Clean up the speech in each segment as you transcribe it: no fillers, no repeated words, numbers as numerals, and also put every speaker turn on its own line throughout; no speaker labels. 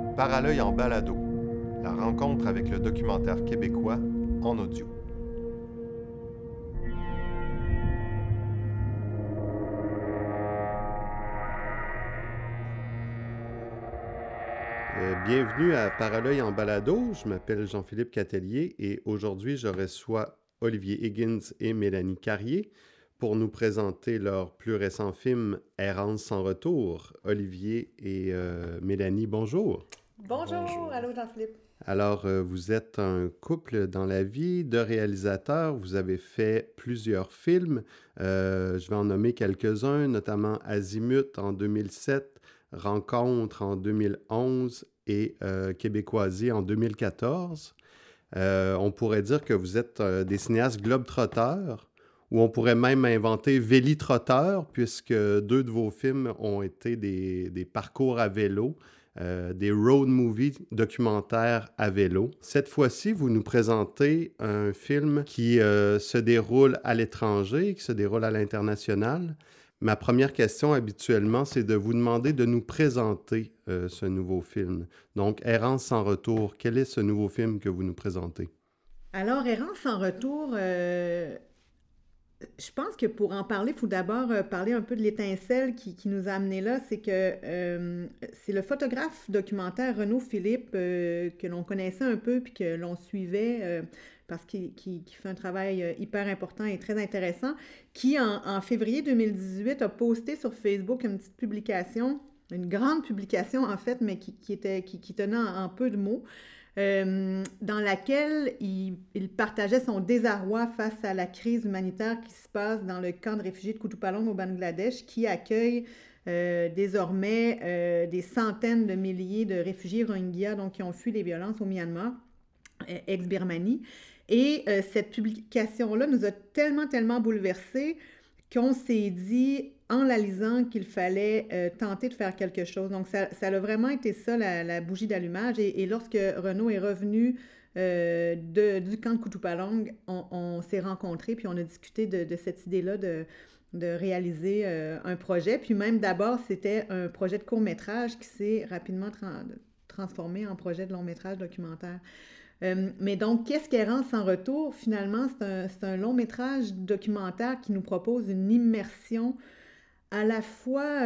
Par à l'œil en balado, la rencontre avec le documentaire québécois en audio. Bienvenue à Par à l'œil en balado. Je m'appelle Jean-Philippe Catellier et aujourd'hui, je reçois Olivier Higgins et Mélanie Carrier pour nous présenter leur plus récent film Errance sans retour. Olivier et Mélanie, bonjour.
Bonjour, allô Jean-Philippe.
Alors, vous êtes un couple dans la vie, deux réalisateurs. Vous avez fait plusieurs films. Je vais en nommer quelques-uns, notamment Azimut en 2007, Rencontre en 2011 et Québécoisie en 2014. On pourrait dire que vous êtes des cinéastes globetrotteurs, ou on pourrait même inventer vélitrotteurs, puisque deux de vos films ont été des parcours à vélo, des road movies documentaires à vélo. Cette fois-ci, vous nous présentez un film qui se déroule à l'étranger, qui se déroule à l'international. Ma première question, habituellement, c'est de vous demander de nous présenter ce nouveau film. Donc, Errance sans retour, quel est ce nouveau film que vous nous présentez?
Alors, Errance sans retour, je pense que pour en parler, il faut d'abord parler un peu de l'étincelle qui nous a amenés là. C'est que c'est le photographe documentaire Renaud Philippe que l'on connaissait un peu puis que l'on suivait parce qu'il fait un travail hyper important et très intéressant, qui en février 2018 a posté sur Facebook une petite publication, une grande publication en fait, mais qui tenait en peu de mots, dans laquelle il partageait son désarroi face à la crise humanitaire qui se passe dans le camp de réfugiés de Kutupalong au Bangladesh, qui accueille désormais des centaines de milliers de réfugiés Rohingyas donc, qui ont fui les violences au Myanmar, ex-Birmanie. Et cette publication-là nous a tellement bouleversés qu'on s'est dit, en la lisant, qu'il fallait tenter de faire quelque chose. Donc, ça a vraiment été ça, la bougie d'allumage. Et lorsque Renaud est revenu du camp de Kutupalong, on s'est rencontrés, puis on a discuté de cette idée-là de réaliser un projet. Puis même d'abord, c'était un projet de court-métrage qui s'est rapidement transformé en projet de long-métrage documentaire. Mais donc, qu'est-ce qu'Errance sans retour? Finalement, c'est un long-métrage documentaire qui nous propose une immersion à la fois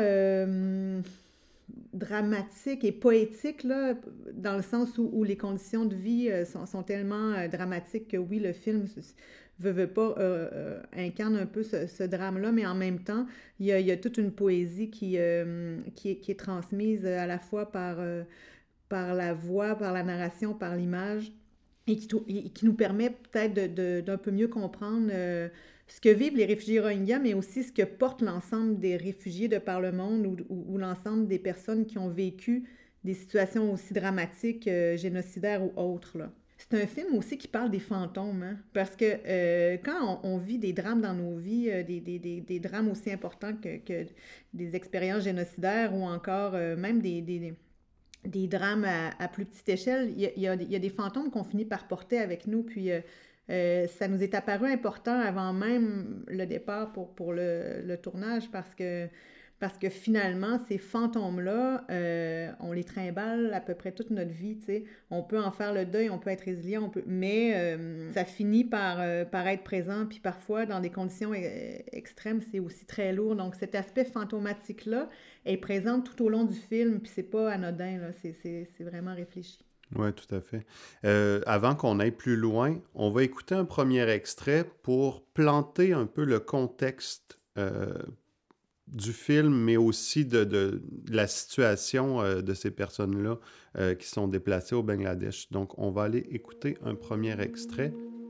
dramatique et poétique, là, dans le sens où les conditions de vie sont tellement dramatiques que oui, le film veut pas incarne un peu ce drame-là, mais en même temps, il y a toute une poésie qui est transmise à la fois par la voix, par la narration, par l'image, et qui nous permet peut-être d'un peu mieux comprendre ce que vivent les réfugiés Rohingyas, mais aussi ce que porte l'ensemble des réfugiés de par le monde ou l'ensemble des personnes qui ont vécu des situations aussi dramatiques, génocidaires ou autres, là. C'est un film aussi qui parle des fantômes, hein? Parce que quand on vit des drames dans nos vies, des drames aussi importants que des expériences génocidaires ou encore même des drames à plus petite échelle, il y a des fantômes qu'on finit par porter avec nous, puis ça nous est apparu important avant même le départ pour le tournage, parce que finalement, ces fantômes-là, on les trimballe à peu près toute notre vie, tu sais. On peut en faire le deuil, on peut être résilient, mais ça finit par être présent, puis parfois, dans des conditions extrêmes, c'est aussi très lourd. Donc, cet aspect fantomatique-là est présent tout au long du film, puis c'est pas anodin, là. C'est vraiment réfléchi.
Oui, tout à fait. Avant qu'on aille plus loin, on va écouter un premier extrait pour planter un peu le contexte du film, mais aussi de la situation de ces personnes-là qui sont déplacées au Bangladesh. Donc, on va aller écouter un premier extrait.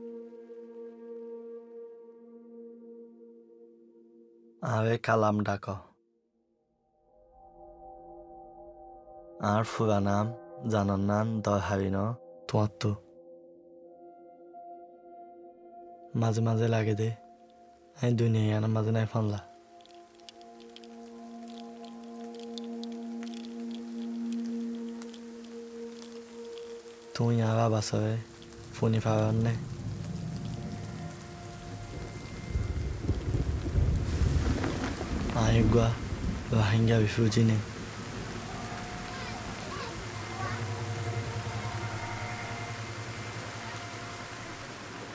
Avec Kalam Daka. আর ফুরা নাম জানার নাম দল হারিন তোমার তো মাঝে মাঝে লাগে দে এই দুনিয়া মাঝে নাই ফানলা তুমি আর বাসাবে ফোনি ফাওয়ার নে আয়েগা রোহিঙ্গা রিফিউজি নে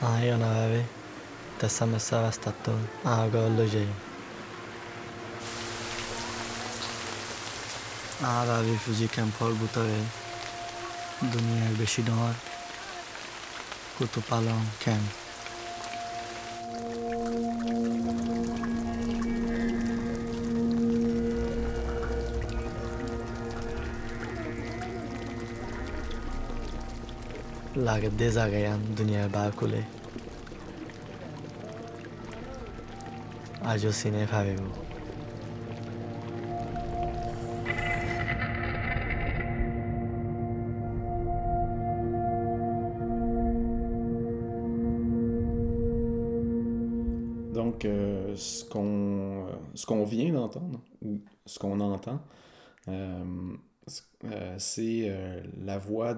Aina veve, tässä me savastatun agoloje. Ara refugee camp for butare, dunia beshi donor, kutupalong camp. Laget dezagayan dunia bakule. Ajo sine favego.
Donc, ce qu'on vient d'entendre, ou ce qu'on entend, c'est la voix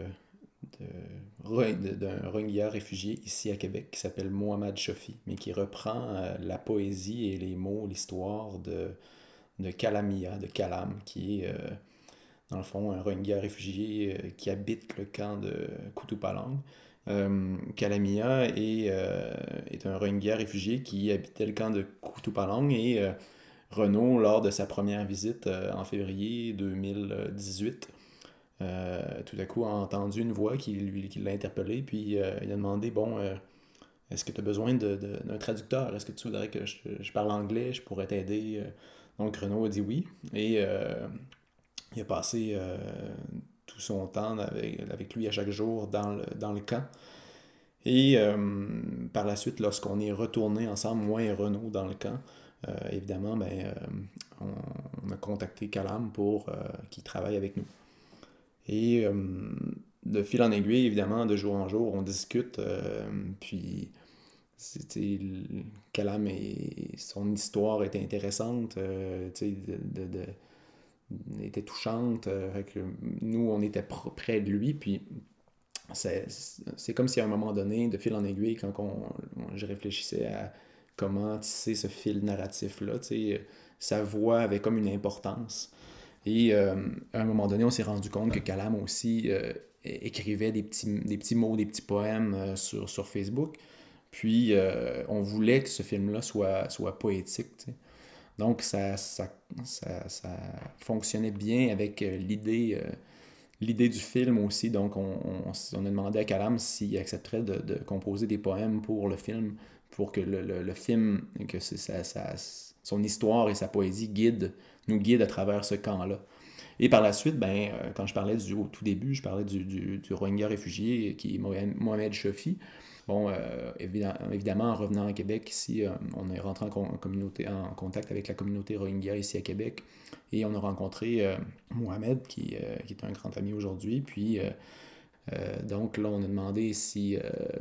d'un Rohingya réfugié ici à Québec qui s'appelle Mohamed Chofi, mais qui reprend la poésie et les mots, l'histoire de Kalamia, de Kalam, qui est dans le fond un Rohingya réfugié qui habite le camp de Kutupalong. Kalamia est un Rohingya réfugié qui habitait le camp de Kutupalong et Renaud, lors de sa première visite en février 2018, tout à coup a entendu une voix qui l'a interpellé, puis il a demandé, bon, est-ce que tu as besoin d'un traducteur? Est-ce que tu voudrais que je parle anglais? Je pourrais t'aider? Donc Renaud a dit oui, et il a passé tout son temps avec lui à chaque jour dans le camp. Et par la suite, lorsqu'on est retourné ensemble, moi et Renaud, dans le camp, évidemment, on a contacté Kalam pour qu'il travaille avec nous. Et de fil en aiguille, évidemment, de jour en jour, on discute, puis Kalam, son histoire était intéressante, était touchante, fait que nous, on était près de lui, puis c'est comme si à un moment donné, de fil en aiguille, quand je réfléchissais à comment tisser ce fil narratif-là, sa voix avait comme une importance. Et à un moment donné, on s'est rendu compte que Kalam aussi écrivait des petits mots, des petits poèmes sur Facebook. Puis on voulait que ce film-là soit poétique, t'sais. Donc ça fonctionnait bien avec l'idée du film aussi. Donc on a demandé à Kalam s'il accepterait de composer des poèmes pour le film, pour que le film, que son histoire et sa poésie nous guident à travers ce camp-là. Et par la suite, quand je parlais au tout début, je parlais du Rohingya réfugié qui est Mohamed Chofi. Bon, évidemment, en revenant à Québec, ici, on est rentré en contact avec la communauté Rohingya ici à Québec, et on a rencontré Mohamed, qui est un grand ami aujourd'hui. Puis, donc là, on a demandé si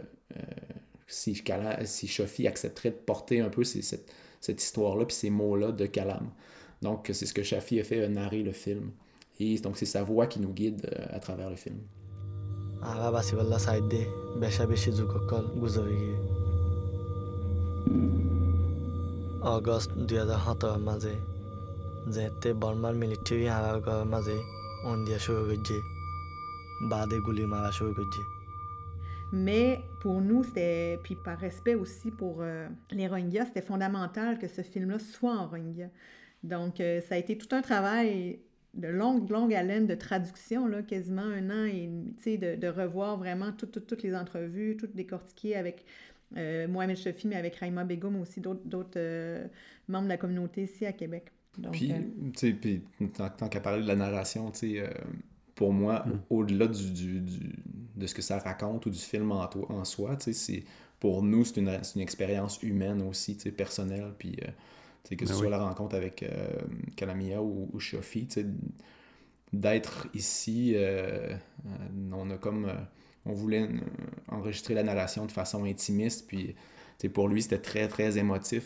Chofi accepterait de porter un peu cette histoire-là, puis ces mots-là de Kalam. Donc, c'est ce que Chofi a fait, narrer le film. Et donc, c'est sa voix qui nous guide à travers le film.
아가바시발라 사이드 베샤베시 주거컬 구저비게 অগস্ট 2017 মাঝে যেতে বর্মার মিলিটারি হারার মাঝে অন্দিয়া শুরু করছে বাদে গুলি মারা শুরু করছে.
Mais pour nous, puis par respect aussi pour les Rohingyas, c'était fondamental que ce film-là soit en Rohingya. Donc, ça a été tout un travail de longue haleine de traduction, là, quasiment 1 an, et de revoir vraiment toutes les entrevues, toutes décortiquées avec Mohamed Chofi, mais avec Raïma Begum aussi, d'autres membres de la communauté ici à Québec. Donc,
puis tant qu'à parler de la narration, pour moi, au-delà de ce que ça raconte ou du film en soi, pour nous, c'est une expérience humaine aussi, personnelle, puis que ce soit la rencontre avec Kalamia ou Chofi, d'être ici, on voulait enregistrer la narration de façon intimiste, puis pour lui, c'était très, très émotif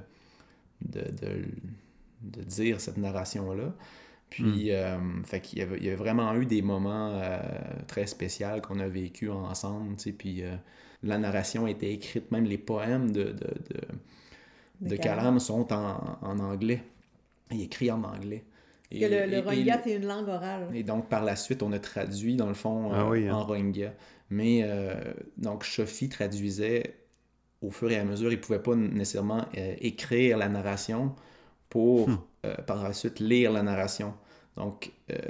de dire cette narration-là. Puis, fait qu'il y a vraiment eu des moments très spéciaux qu'on a vécu ensemble, puis la narration était écrite, même les poèmes de Kalam sont en anglais, il écrit en anglais.
que le Rohingya, c'est une langue orale.
Et donc, par la suite, on a traduit, dans le fond, en Rohingya. Mais, donc, Shofi traduisait au fur et à mesure. Il ne pouvait pas nécessairement écrire la narration pour, par la suite, lire la narration. Donc,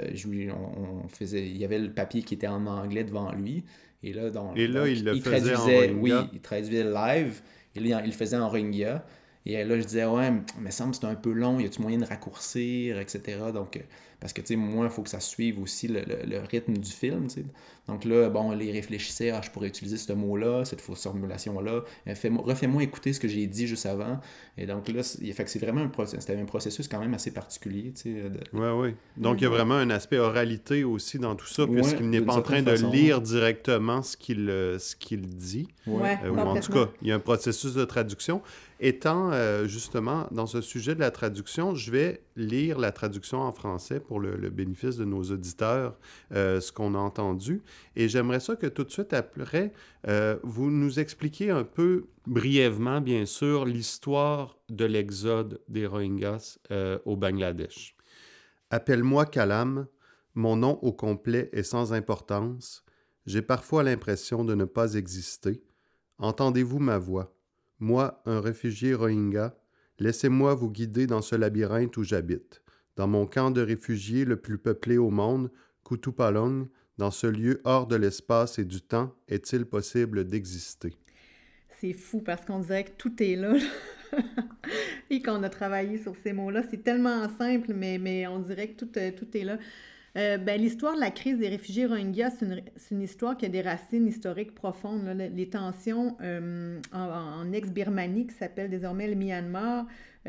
il y avait le papier qui était en anglais devant lui. Et là,
il faisait en Rohingya.
Oui, il traduisait live. Et là, il le faisait en Rohingya. Et là, je disais, ouais, il me semble que c'est un peu long, y a-tu moyen de raccourcir, etc. Donc, parce que, tu sais, moi, il faut que ça suive aussi le rythme du film, tu sais. Donc là, bon, il réfléchissait, je pourrais utiliser ce mot-là, cette fausse formulation-là. Refais-moi écouter ce que j'ai dit juste avant. Et donc là, fait que c'est vraiment c'était un processus quand même assez particulier, tu sais.
Oui. Donc, il y a vraiment un aspect oralité aussi dans tout ça, puisqu'il n'est pas en train de lire directement ce qu'il dit.
Ou
en tout cas, il y a un processus de traduction. Étant justement dans ce sujet de la traduction, je vais lire la traduction en français pour le bénéfice de nos auditeurs, ce qu'on a entendu. Et j'aimerais ça que tout de suite après, vous nous expliquiez un peu brièvement, bien sûr, l'histoire de l'exode des Rohingyas au Bangladesh. Appelle-moi Kalam, mon nom au complet est sans importance. J'ai parfois l'impression de ne pas exister. Entendez-vous ma voix? Moi, un réfugié Rohingya, laissez-moi vous guider dans ce labyrinthe où j'habite. Dans mon camp de réfugiés le plus peuplé au monde, Kutupalong, dans ce lieu hors de l'espace et du temps, est-il possible d'exister?
C'est fou parce qu'on dirait que tout est là. Et qu'on a travaillé sur ces mots-là. C'est tellement simple, mais on dirait que tout est là. L'histoire de la crise des réfugiés Rohingyas, c'est une histoire qui a des racines historiques profondes. Là. Les tensions en ex-Birmanie, qui s'appelle désormais le Myanmar,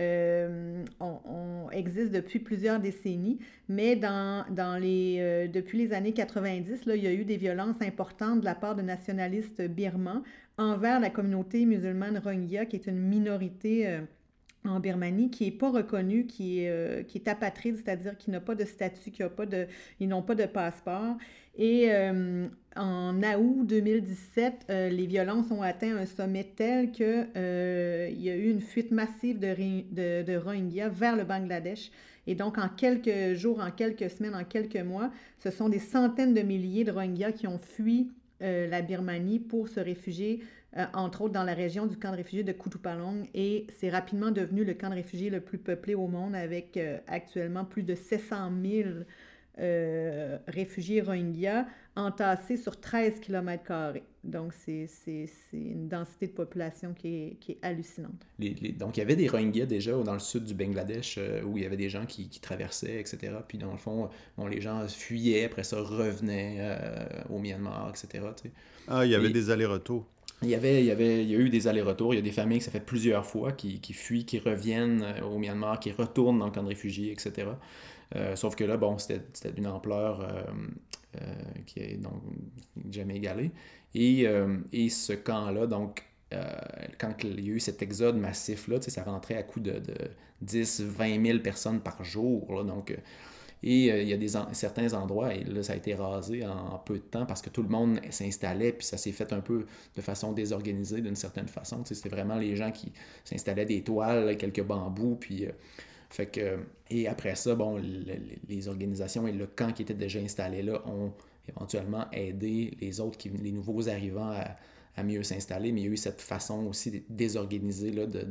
existent depuis plusieurs décennies, mais depuis les années 90, là, il y a eu des violences importantes de la part de nationalistes birmans envers la communauté musulmane Rohingya, qui est une minorité en Birmanie, qui n'est pas reconnue, qui est apatride, c'est-à-dire qui n'a pas de statut, ils n'ont pas de passeport. Et en août 2017, les violences ont atteint un sommet tel qu'il y a eu une fuite massive de Rohingyas vers le Bangladesh. Et donc, en quelques jours, en quelques semaines, en quelques mois, ce sont des centaines de milliers de Rohingyas qui ont fui la Birmanie pour se réfugier, entre autres dans la région du camp de réfugiés de Kutupalong, et c'est rapidement devenu le camp de réfugiés le plus peuplé au monde, avec actuellement plus de 700 000 réfugiés Rohingyas entassés sur 13 km². Donc, c'est une densité de population qui est hallucinante.
Donc, il y avait des Rohingyas déjà dans le sud du Bangladesh où il y avait des gens qui traversaient, etc. Puis, dans le fond, les gens fuyaient, après ça, revenaient au Myanmar, etc. Tu sais.
Ah, il y avait des allers-retours.
Il y a eu des allers-retours. Il y a des familles que ça fait plusieurs fois qui fuient, qui reviennent au Myanmar, qui retournent dans le camp de réfugiés, etc. Sauf que là, bon, c'était d'une ampleur qui est donc jamais égalée. Et ce camp-là, donc, quand il y a eu cet exode massif-là, ça rentrait à coup de 10-20 000 personnes par jour. Là, donc, et il y a certains endroits, et là, ça a été rasé en peu de temps parce que tout le monde s'installait, puis ça s'est fait un peu de façon désorganisée d'une certaine façon. C'était vraiment les gens qui s'installaient des toiles, quelques bambous, puis... fait que, et après ça, bon, les organisations et le camp qui était déjà installé là ont éventuellement aidé les nouveaux arrivants à mieux s'installer, mais il y a eu cette façon aussi désorganisée là, de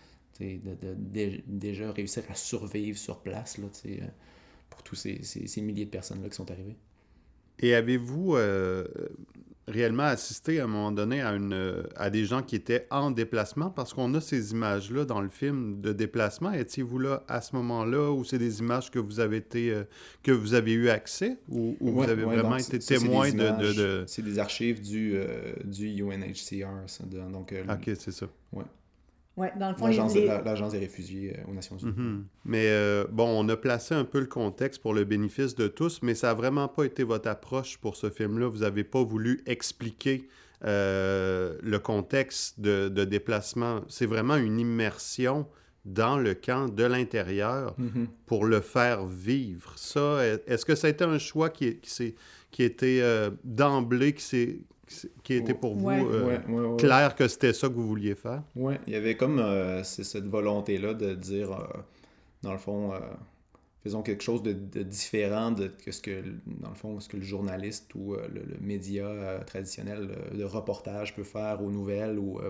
déjà réussir à survivre sur place là, pour tous ces milliers de personnes-là qui sont arrivées.
Et avez-vous réellement assisté à un moment donné à des gens qui étaient en déplacement? Parce qu'on a ces images-là dans le film de déplacement. Étiez-vous là à ce moment-là ou c'est des images que vous avez eu accès ou vous avez vraiment été témoin de...
C'est des archives du UNHCR. Ça, donc,
OK, c'est ça.
Ouais.
Ouais, dans le fond,
l'Agence des réfugiés aux Nations Unies.
Mm-hmm. Mais on a placé un peu le contexte pour le bénéfice de tous, mais ça n'a vraiment pas été votre approche pour ce film-là. Vous n'avez pas voulu expliquer le contexte de déplacement. C'est vraiment une immersion dans le camp de l'intérieur pour le faire vivre. Ça, est-ce que ça a été un choix qui a été d'emblée, qui était pour vous clair que c'était ça que vous vouliez faire?
Oui, il y avait comme cette volonté-là de dire, dans le fond, faisons quelque chose de différent de ce que, dans le fond, ce que le journaliste ou le média traditionnel de reportage peut faire aux nouvelles. Ou,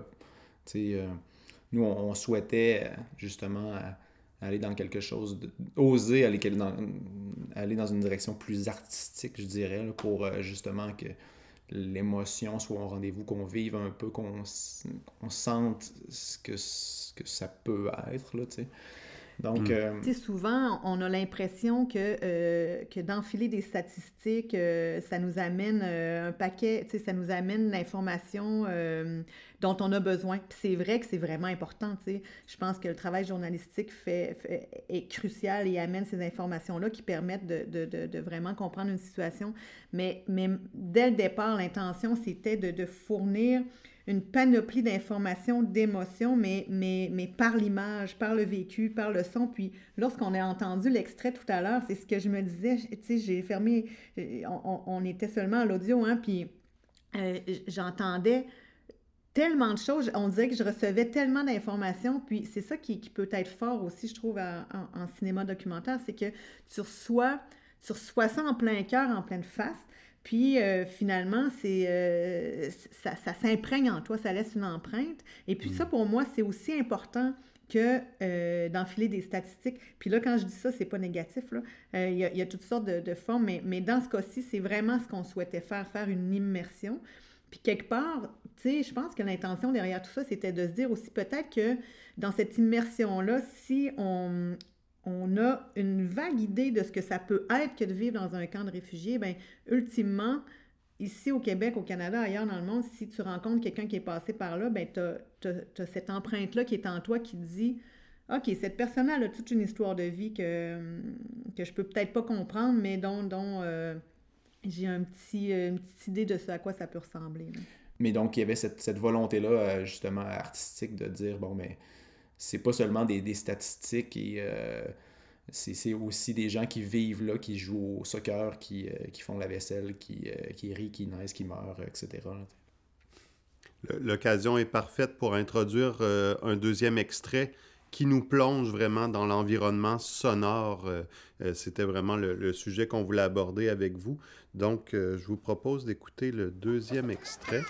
nous, on souhaitait justement aller dans quelque chose, oser aller dans une direction plus artistique, je dirais, là, pour justement que l'émotion soit au rendez-vous, qu'on vive un peu, qu'on sente ce que ça peut être, là, tu sais. Donc,
Tu sais, souvent, on a l'impression que d'enfiler des statistiques, ça nous amène un paquet, tu sais, ça nous amène l'information dont on a besoin. Puis c'est vrai que c'est vraiment important, tu sais. Je pense que le travail journalistique est crucial et amène ces informations-là qui permettent de vraiment comprendre une situation. Mais dès le départ, l'intention, c'était de fournir une panoplie d'informations, d'émotions, mais par l'image, par le vécu, par le son. Puis lorsqu'on a entendu l'extrait tout à l'heure, c'est ce que je me disais, tu sais, j'ai fermé, on était seulement à l'audio, hein, puis j'entendais tellement de choses, on dirait que je recevais tellement d'informations, puis c'est ça qui peut être fort aussi, je trouve, en cinéma documentaire, c'est que tu reçois ça en plein cœur, en pleine face, puis finalement, ça s'imprègne en toi, ça laisse une empreinte. Et puis ça, pour moi, c'est aussi important que d'enfiler des statistiques. Puis là, quand je dis ça, c'est pas négatif, là. Il y a toutes sortes de formes, mais dans ce cas-ci, c'est vraiment ce qu'on souhaitait faire une immersion. Puis quelque part, tu sais, je pense que l'intention derrière tout ça, c'était de se dire aussi peut-être que dans cette immersion-là, si on a une vague idée de ce que ça peut être que de vivre dans un camp de réfugiés, bien, ultimement, ici au Québec, au Canada, ailleurs dans le monde, si tu rencontres quelqu'un qui est passé par là, bien, t'as cette empreinte-là qui est en toi qui te dit « OK, cette personne-là elle a toute une histoire de vie que je peux peut-être pas comprendre, mais dont j'ai une petite idée de ce à quoi ça peut ressembler. »
Mais donc, il y avait cette volonté-là, justement, artistique, de dire, bon, mais c'est pas seulement des statistiques, et c'est aussi des gens qui vivent là, qui jouent au soccer, qui font la vaisselle, qui rient, qui naissent, qui meurent, etc.
L'occasion est parfaite pour introduire un deuxième extrait qui nous plonge vraiment dans l'environnement sonore. C'était vraiment le sujet qu'on voulait aborder avec vous. Donc, je vous propose d'écouter le deuxième extrait.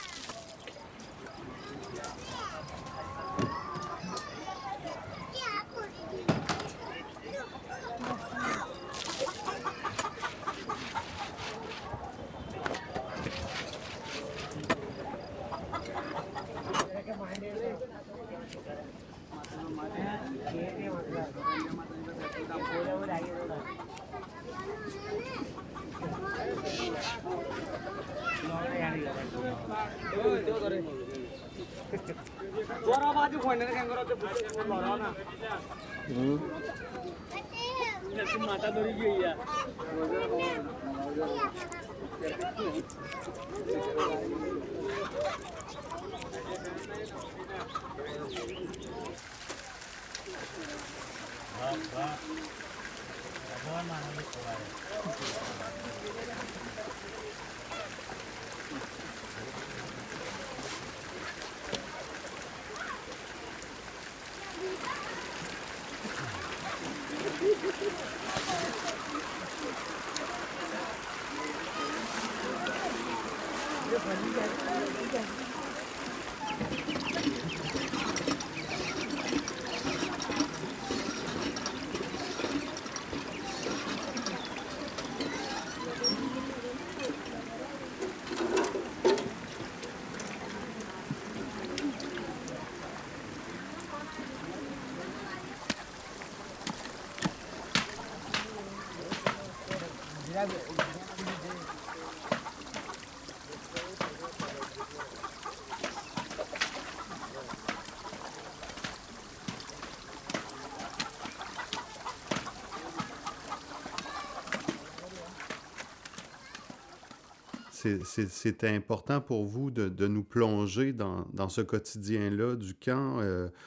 C'était important pour vous de nous plonger dans ce quotidien-là du camp.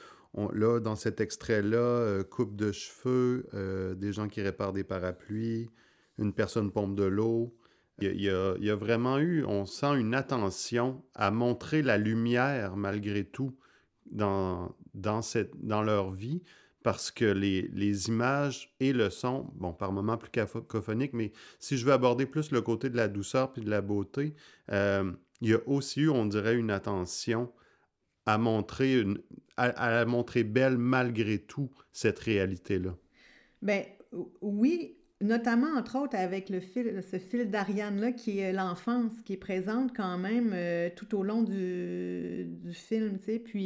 Là, dans cet extrait-là, coupe de cheveux, des gens qui réparent des parapluies, une personne pompe de l'eau. Il y a vraiment eu, on sent une attention à montrer la lumière malgré tout dans leur vie. parce que les images et le son, bon, par moments plus cacophoniques, mais si je veux aborder plus le côté de la douceur puis de la beauté, il y a aussi eu, on dirait, une attention à montrer à la montrer belle malgré tout, cette réalité-là.
Ben oui, notamment entre autres avec ce fil d'Ariane-là qui est l'enfance, qui est présente quand même tout au long du film, tu sais. Puis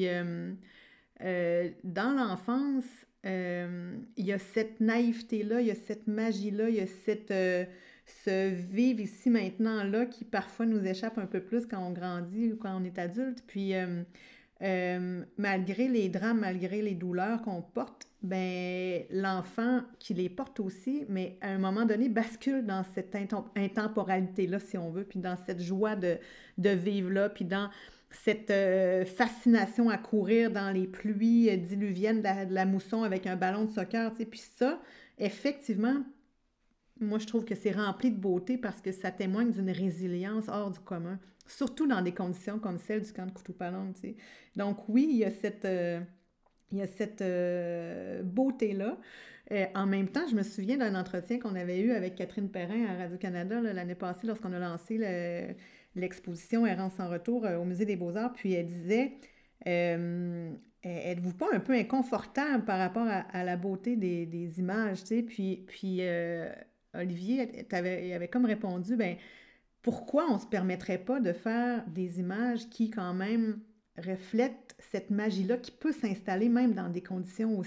dans l'enfance, il y a cette naïveté-là, il y a cette magie-là, il y a ce vivre ici maintenant-là qui parfois nous échappe un peu plus quand on grandit ou quand on est adulte. Puis malgré les drames, malgré les douleurs qu'on porte, ben l'enfant qui les porte aussi, mais à un moment donné bascule dans cette intemporalité-là, si on veut, puis dans cette joie de vivre-là, puis dans cette fascination à courir dans les pluies diluviennes de la mousson avec un ballon de soccer, tu sais. Puis ça, effectivement, moi, je trouve que c'est rempli de beauté parce que ça témoigne d'une résilience hors du commun, surtout dans des conditions comme celle du camp de Kutupalong, tu sais. Donc oui, il y a cette beauté-là. En même temps, je me souviens d'un entretien qu'on avait eu avec Catherine Perrin à Radio-Canada l'année passée lorsqu'on a lancé l'exposition Errance sans retour au Musée des Beaux-Arts, puis elle disait êtes-vous pas un peu inconfortable par rapport à la beauté des images, tu sais? Puis Olivier avait comme répondu, ben pourquoi on se permettrait pas de faire des images qui quand même reflètent cette magie-là qui peut s'installer même dans des conditions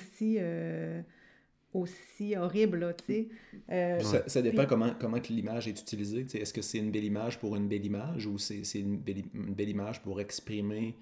aussi horribles, là, tu sais.
Ça dépend comment que l'image est utilisée. Tu sais, est-ce que c'est une belle image pour une belle image ou c'est une belle image pour exprimer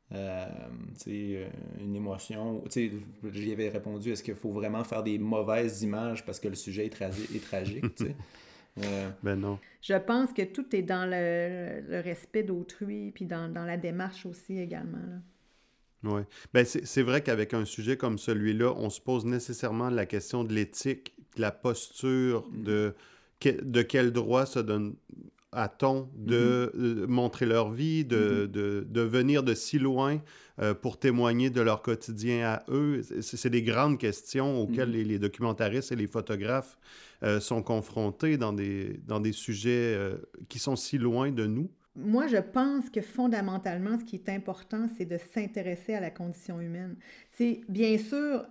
une émotion? J'y avais répondu, est-ce qu'il faut vraiment faire des mauvaises images parce que le sujet est tragique? Tu sais?
Ben non.
Je pense que tout est dans le respect d'autrui puis dans la démarche aussi également, là.
Oui. Ben c'est vrai qu'avec un sujet comme celui-là, on se pose nécessairement la question de l'éthique, de la posture, de quel droit se donne-t-on de montrer leur vie, de venir de si loin pour témoigner de leur quotidien à eux. C'est des grandes questions auxquelles les documentaristes et les photographes sont confrontés dans des sujets qui sont si loin de nous.
Moi, je pense que fondamentalement, ce qui est important, c'est de s'intéresser à la condition humaine. C'est bien sûr,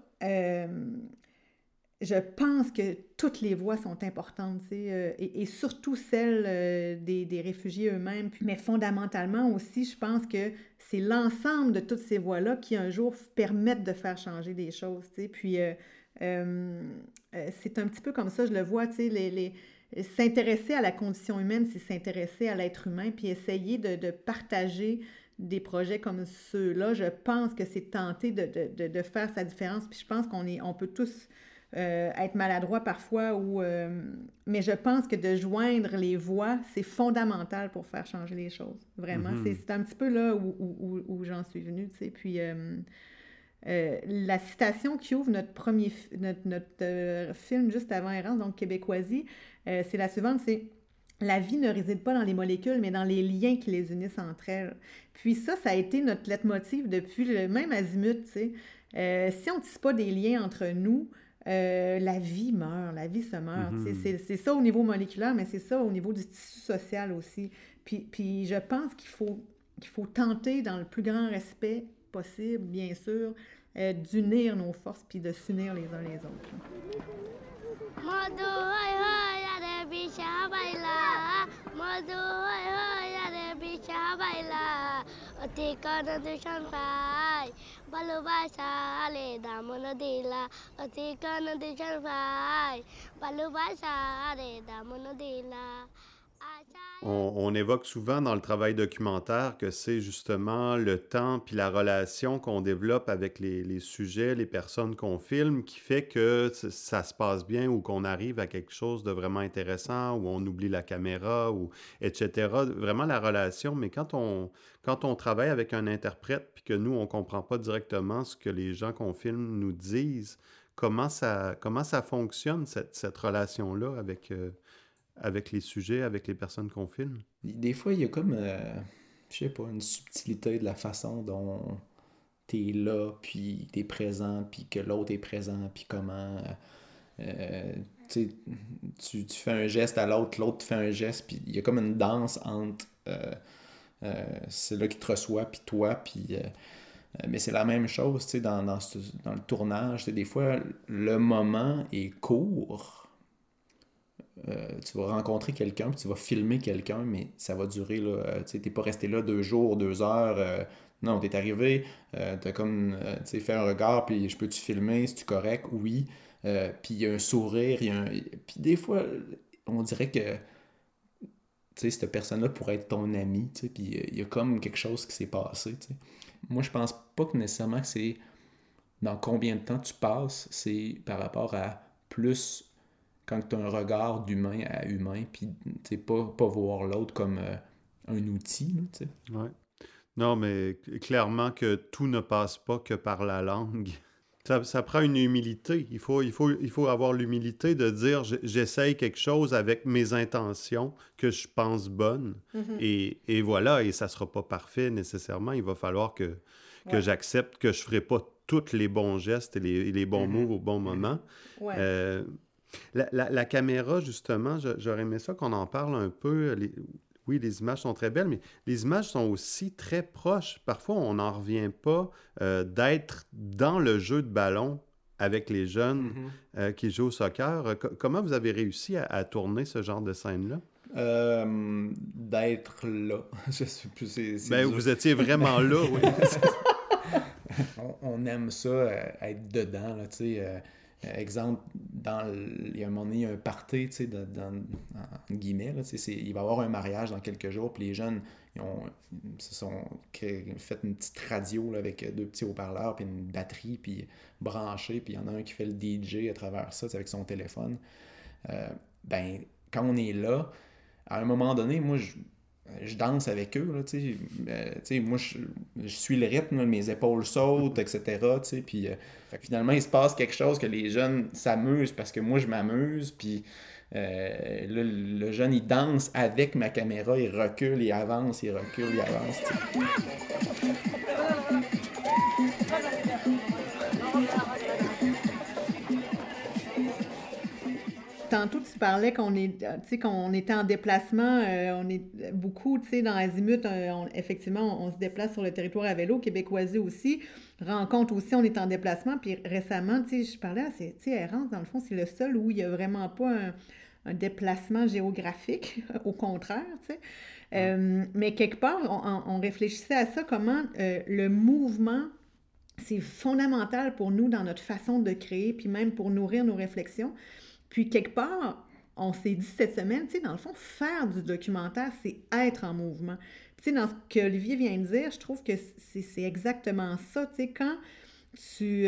je pense que toutes les voix sont importantes, et surtout celles des réfugiés eux-mêmes. Mais fondamentalement aussi, je pense que c'est l'ensemble de toutes ces voix-là qui un jour permettent de faire changer des choses. Puis c'est un petit peu comme ça, je le vois, s'intéresser à la condition humaine, c'est s'intéresser à l'être humain, puis essayer de partager des projets comme ceux-là. Je pense que c'est tenter de faire sa différence, puis je pense qu'on peut tous être maladroits parfois, mais je pense que de joindre les voix, c'est fondamental pour faire changer les choses, vraiment. C'est un petit peu là où j'en suis venue, tu sais, puis... la citation qui ouvre notre film juste avant Errance, donc Québécoisie, c'est la suivante, c'est « La vie ne réside pas dans les molécules, mais dans les liens qui les unissent entre elles. » Puis ça a été notre leitmotiv depuis le même azimut, tu sais. Si on ne tisse pas des liens entre nous, la vie meurt, la vie se meurt. C'est ça au niveau moléculaire, mais c'est ça au niveau du tissu social aussi. Puis je pense qu'il faut tenter, dans le plus grand respect possible, bien sûr, d'unir nos forces puis de s'unir les uns les autres.
On évoque souvent dans le travail documentaire que c'est justement le temps puis la relation qu'on développe avec les sujets, les personnes qu'on filme qui fait que ça se passe bien ou qu'on arrive à quelque chose de vraiment intéressant ou on oublie la caméra ou etc. Vraiment la relation, mais quand on travaille avec un interprète puis que nous, on comprend pas directement ce que les gens qu'on filme nous disent, comment ça fonctionne cette relation-là avec les sujets, avec les personnes qu'on filme?
Des fois, il y a comme, je sais pas, une subtilité de la façon dont t'es là, puis t'es présent, puis que l'autre est présent, puis comment... tu fais un geste à l'autre, l'autre te fait un geste, puis il y a comme une danse entre c'est là qui te reçoit, puis toi, puis... mais c'est la même chose, tu sais, dans le tournage. Des fois, le moment est court. Tu vas rencontrer quelqu'un, puis tu vas filmer quelqu'un, mais ça va durer, là, tu sais, t'es pas resté là 2 jours, 2 heures. Non, t'es arrivé, t'as comme, tu sais, fait un regard, puis je peux-tu filmer, c'est-tu correct? Oui. Puis il y a un sourire, puis des fois, on dirait que, tu sais, cette personne-là pourrait être ton ami, tu sais, puis il y a comme quelque chose qui s'est passé, tu sais. Moi, je pense pas que nécessairement que c'est dans combien de temps tu passes, c'est par rapport à plus quand tu as un regard d'humain à humain, puis pas voir l'autre comme un outil. Là, tu sais.
Ouais. Non, mais clairement que tout ne passe pas que par la langue. Ça prend une humilité. Il faut avoir l'humilité de dire j'essaye quelque chose avec mes intentions que je pense bonnes. Et voilà, et ça ne sera pas parfait nécessairement. Il va falloir que j'accepte que je ne ferai pas tous les bons gestes et les bons moves au bon moment.
Ouais.
La caméra, justement, j'aurais aimé ça qu'on en parle un peu. Oui, les images sont très belles, mais les images sont aussi très proches. Parfois, on n'en revient pas d'être dans le jeu de ballon avec les jeunes qui jouent au soccer. Comment vous avez réussi à tourner ce genre de scène-là?
D'être là. Je sais plus, c'est
dur. Vous étiez vraiment là, oui.
On aime ça, être dedans, là, tu sais. Exemple, il y a un moment donné, il y a un party, tu sais, en guillemets, là, il va y avoir un mariage dans quelques jours, puis les jeunes, ils se sont fait une petite radio là, avec 2 petits haut-parleurs, puis une batterie, puis branchée, puis il y en a un qui fait le DJ à travers ça, avec son téléphone. Quand on est là, à un moment donné, moi, je danse avec eux, là, tu sais, moi, je suis le rythme, mes épaules sautent, etc., tu sais, puis finalement, il se passe quelque chose que les jeunes s'amusent parce que moi, je m'amuse, puis là, le jeune, il danse avec ma caméra, il recule, il avance, il recule, il avance, tu sais.
Tantôt, tu parlais qu'on était en déplacement, on est beaucoup, tu sais, dans Azimut, effectivement, on se déplace sur le territoire à vélo, québécoisie aussi, rencontre aussi, on est en déplacement, puis récemment, tu sais, je parlais à tu sais, Errance, dans le fond, c'est le seul où il n'y a vraiment pas un déplacement géographique, au contraire, tu sais. Mais quelque part, on réfléchissait à ça, comment le mouvement, c'est fondamental pour nous dans notre façon de créer, puis même pour nourrir nos réflexions. Puis, quelque part, on s'est dit cette semaine, tu sais, dans le fond, faire du documentaire, c'est être en mouvement. Puis, tu sais, dans ce que Olivier vient de dire, je trouve que c'est exactement ça, tu sais, quand tu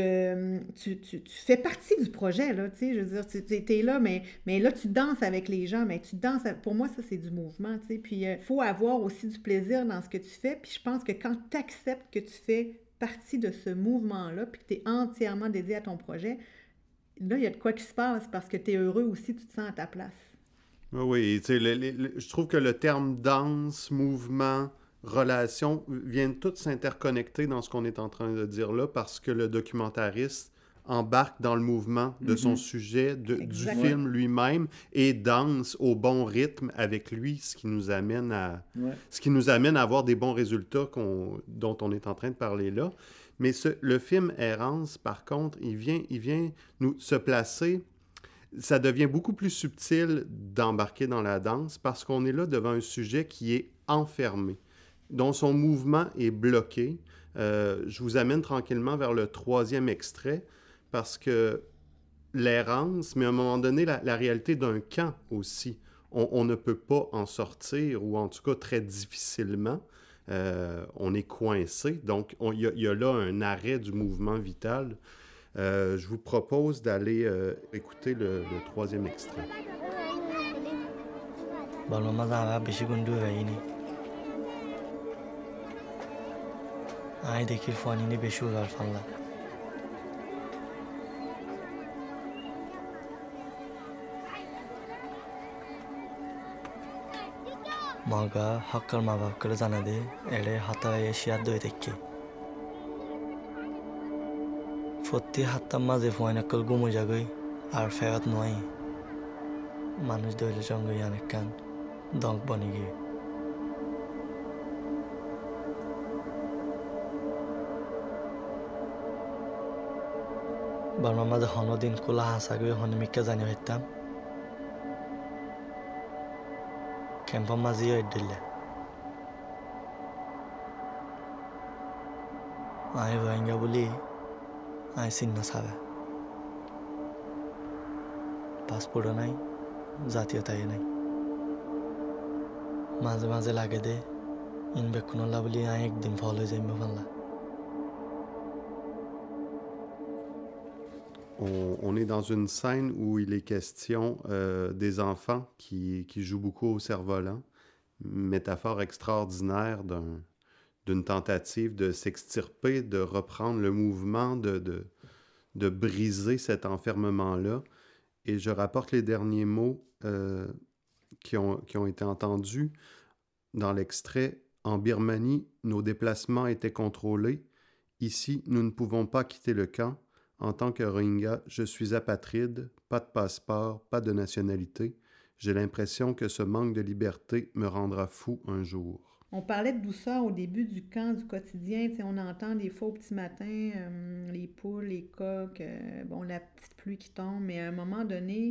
fais partie du projet, là, tu sais, je veux dire, tu es là, mais là, tu danses avec les gens, mais tu danses, pour moi, ça, c'est du mouvement, tu sais, puis il faut avoir aussi du plaisir dans ce que tu fais, puis je pense que quand tu acceptes que tu fais partie de ce mouvement-là, puis que tu es entièrement dédié à ton projet, là, il y a de quoi qui se passe parce que tu es heureux aussi, tu te sens à ta place.
Oui, tu sais, je trouve que le terme danse, mouvement, relation viennent tous s'interconnecter dans ce qu'on est en train de dire là parce que le documentariste embarque dans le mouvement de son sujet, du film lui-même et danse au bon rythme avec lui, ce qui nous amène à avoir des bons résultats dont on est en train de parler là. Mais le film Errance, par contre, il vient nous se placer. Ça devient beaucoup plus subtil d'embarquer dans la danse parce qu'on est là devant un sujet qui est enfermé, dont son mouvement est bloqué. Je vous amène tranquillement vers le 3e extrait parce que l'errance, mais à un moment donné, la réalité d'un camp aussi. On ne peut pas en sortir, ou en tout cas très difficilement. On est coincé. Donc, il y a là un arrêt du mouvement vital. Je vous propose d'aller écouter le 3e extrait.
마가 학교 마가 그러잖아데 엘레 하타에 시아도에 됐게 সত্যি হাততাম মাঝে ফয়নাকল গুমো যাগই আর ফেরত নয় মানুষ দইলে সঙ্গে অনেক কান দঙ্ক বনে গিয়ে বারমার মাঝে হনদিন কোলা হাসাগই হনিমিকা জানি হইতাম ক্যাম্পার মাঝিও দিলে আই রোহিঙ্গা বলি আই চিহ্ন চাবে পাসপোর্টও নাই জাতীয়তাই নাই মাঝে মাঝে লাগে দে ইনবেক্ষণলা বলি আই একদিন ফল হয়ে যাইব পারলা
On est dans une scène où il est question des enfants qui jouent beaucoup au cerf-volant. Métaphore extraordinaire d'une tentative de s'extirper, de reprendre le mouvement, de briser cet enfermement-là. Et je rapporte les derniers mots qui ont été entendus dans l'extrait. En Birmanie, nos déplacements étaient contrôlés. Ici, nous ne pouvons pas quitter le camp. En tant que Rohingya, je suis apatride, pas de passeport, pas de nationalité. J'ai l'impression que ce manque de liberté me rendra fou un jour.
On parlait de douceur au début du camp, du quotidien. On entend des fois au petit matin les poules, les coqs, la petite pluie qui tombe. Mais à un moment donné,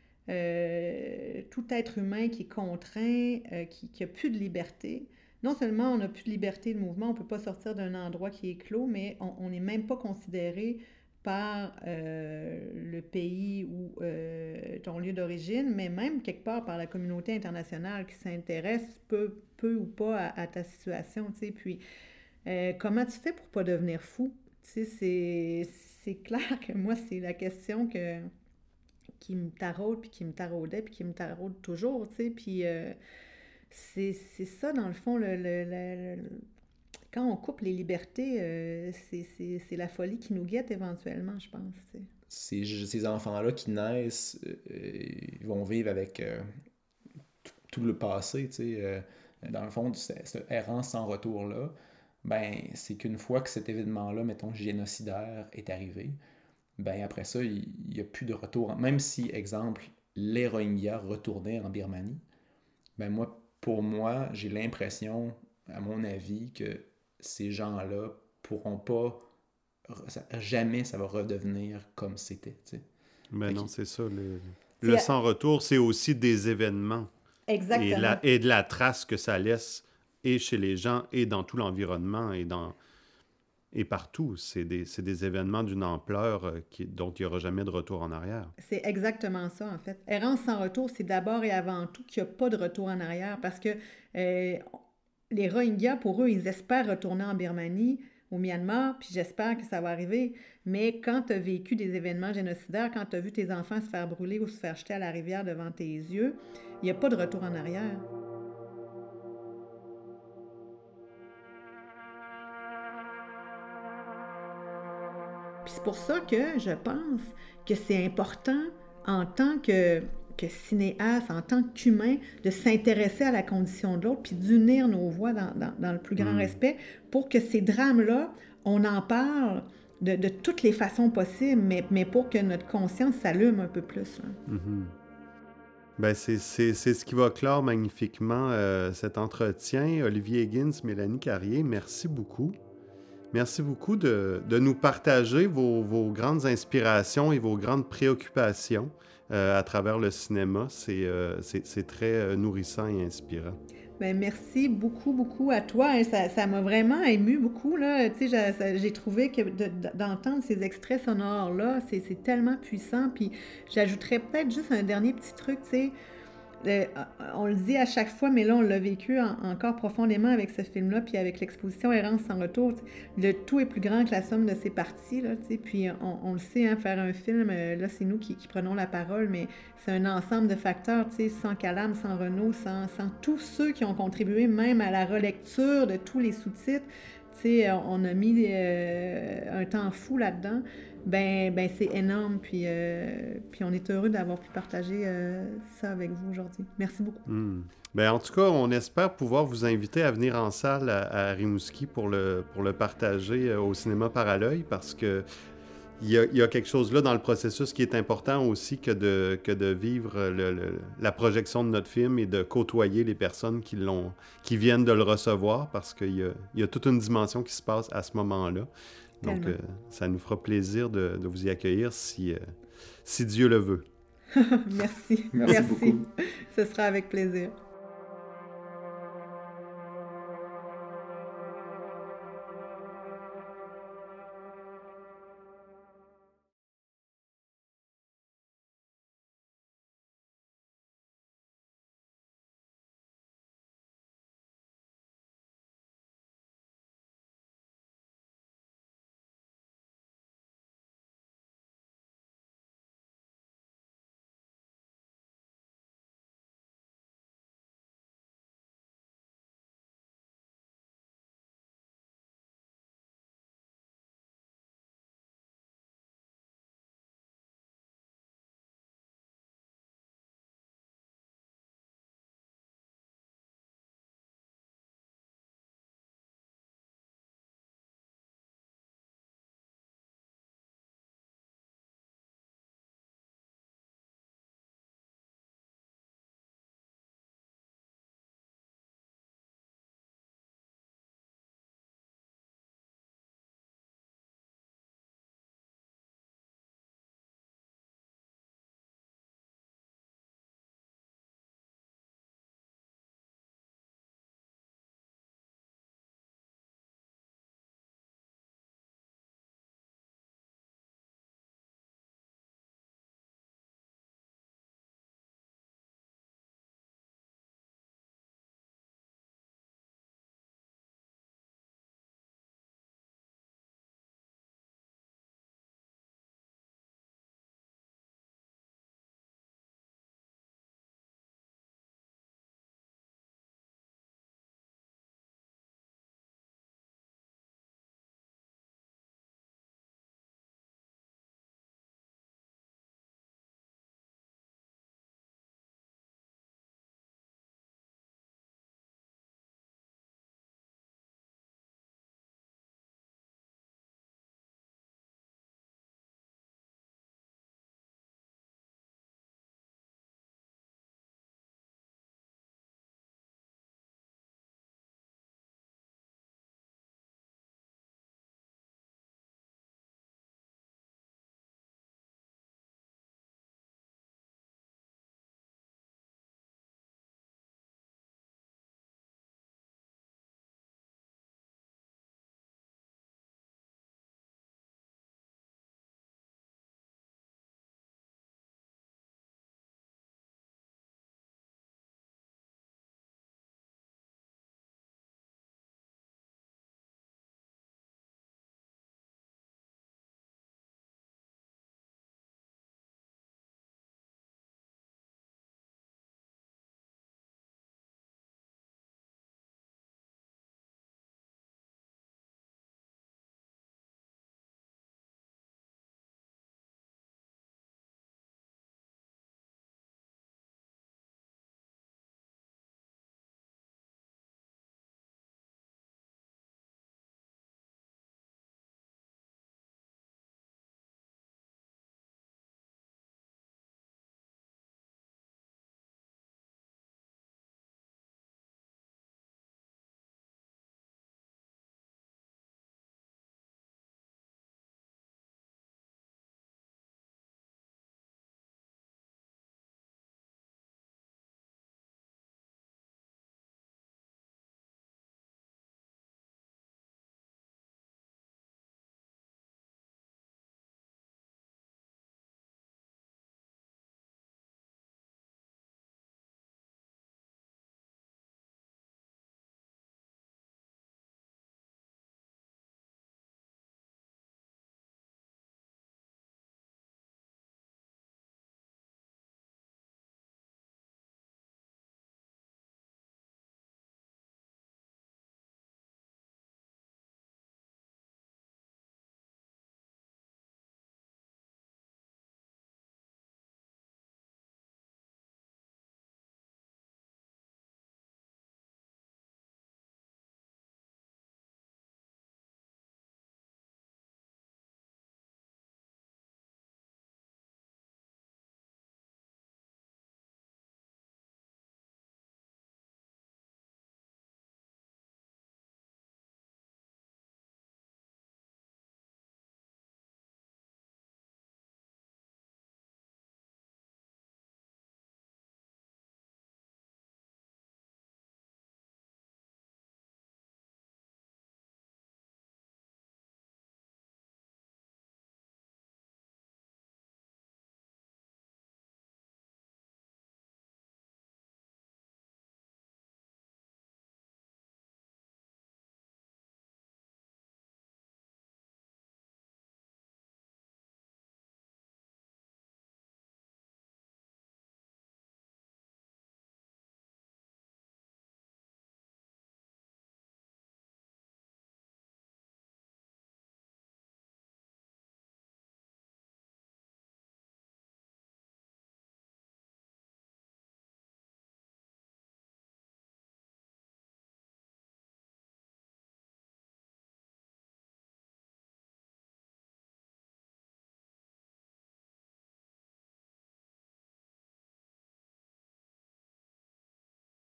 tout être humain qui est contraint, qui n'a plus de liberté, non seulement on n'a plus de liberté de mouvement, on ne peut pas sortir d'un endroit qui est clos, mais on n'est même pas considéré par le pays ou ton lieu d'origine, mais même quelque part par la communauté internationale qui s'intéresse peu ou pas à ta situation, tu sais. Puis, comment tu fais pour pas devenir fou? Tu sais, c'est clair que moi, c'est la question qui me taraude, puis qui me taraudait, puis qui me taraude toujours, tu sais. Puis, c'est ça, dans le fond, quand on coupe les libertés, c'est la folie qui nous guette éventuellement, je pense.
Ces enfants-là qui naissent, ils vont vivre avec tout le passé. Dans le fond, cette errance sans retour-là, ben, c'est qu'une fois que cet événement-là, mettons, génocidaire est arrivé, ben, après ça, il n'y a plus de retour. Même si, exemple, les Rohingyas retournaient en Birmanie, ben, pour moi, j'ai l'impression, à mon avis, que ces gens-là pourront pas, jamais ça va redevenir comme c'était.
Mais non, c'est ça. Le sans-retour, c'est aussi des événements.
Exactement.
Et de la trace que ça laisse, et chez les gens, et dans tout l'environnement, et partout. C'est des événements d'une ampleur dont il n'y aura jamais de retour en arrière.
C'est exactement ça, en fait. Errance sans retour, c'est d'abord et avant tout qu'il n'y a pas de retour en arrière, parce que les Rohingyas, pour eux, ils espèrent retourner en Birmanie, au Myanmar, puis j'espère que ça va arriver. Mais quand tu as vécu des événements génocidaires, quand tu as vu tes enfants se faire brûler ou se faire jeter à la rivière devant tes yeux, il n'y a pas de retour en arrière. Puis c'est pour ça que je pense que c'est important en tant que cinéaste, en tant qu'humain, de s'intéresser à la condition de l'autre, puis d'unir nos voix dans le plus grand respect pour que ces drames-là, on en parle de toutes les façons possibles, mais pour que notre conscience s'allume un peu plus.
Mm-hmm. Ben c'est ce qui va clore magnifiquement cet entretien. Olivier Higgins, Mélanie Carrier, merci beaucoup. Merci beaucoup de nous partager vos grandes inspirations et vos grandes préoccupations à travers le cinéma. C'est très nourrissant et inspirant.
Ben, merci beaucoup, beaucoup à toi. Ça m'a vraiment ému beaucoup, là. Tu sais, j'ai trouvé que d'entendre ces extraits sonores-là, c'est tellement puissant. Puis j'ajouterais peut-être juste un dernier petit truc, tu sais. On le dit à chaque fois, mais là, on l'a vécu encore profondément avec ce film-là, puis avec l'exposition Errance sans retour. Le tout est plus grand que la somme de ses parties, là, tu sais. Puis on le sait, hein, faire un film, là, c'est nous qui prenons la parole, mais c'est un ensemble de facteurs, tu sais, sans Calam, sans Renaud, sans tous ceux qui ont contribué même à la relecture de tous les sous-titres. Tu sais, on a mis un temps fou là-dedans. Ben c'est énorme, puis on est heureux d'avoir pu partager ça avec vous aujourd'hui. Merci beaucoup.
Ben, en tout cas, on espère pouvoir vous inviter à venir en salle à Rimouski pour le partager au cinéma Par à l'œil, parce que il y a quelque chose là dans le processus qui est important aussi que de vivre la projection de notre film et de côtoyer les personnes qui viennent de le recevoir, parce qu'il y a toute une dimension qui se passe à ce moment-là. Donc, ça nous fera plaisir de vous y accueillir si Dieu le veut.
Merci.
Merci beaucoup.
Ce sera avec plaisir.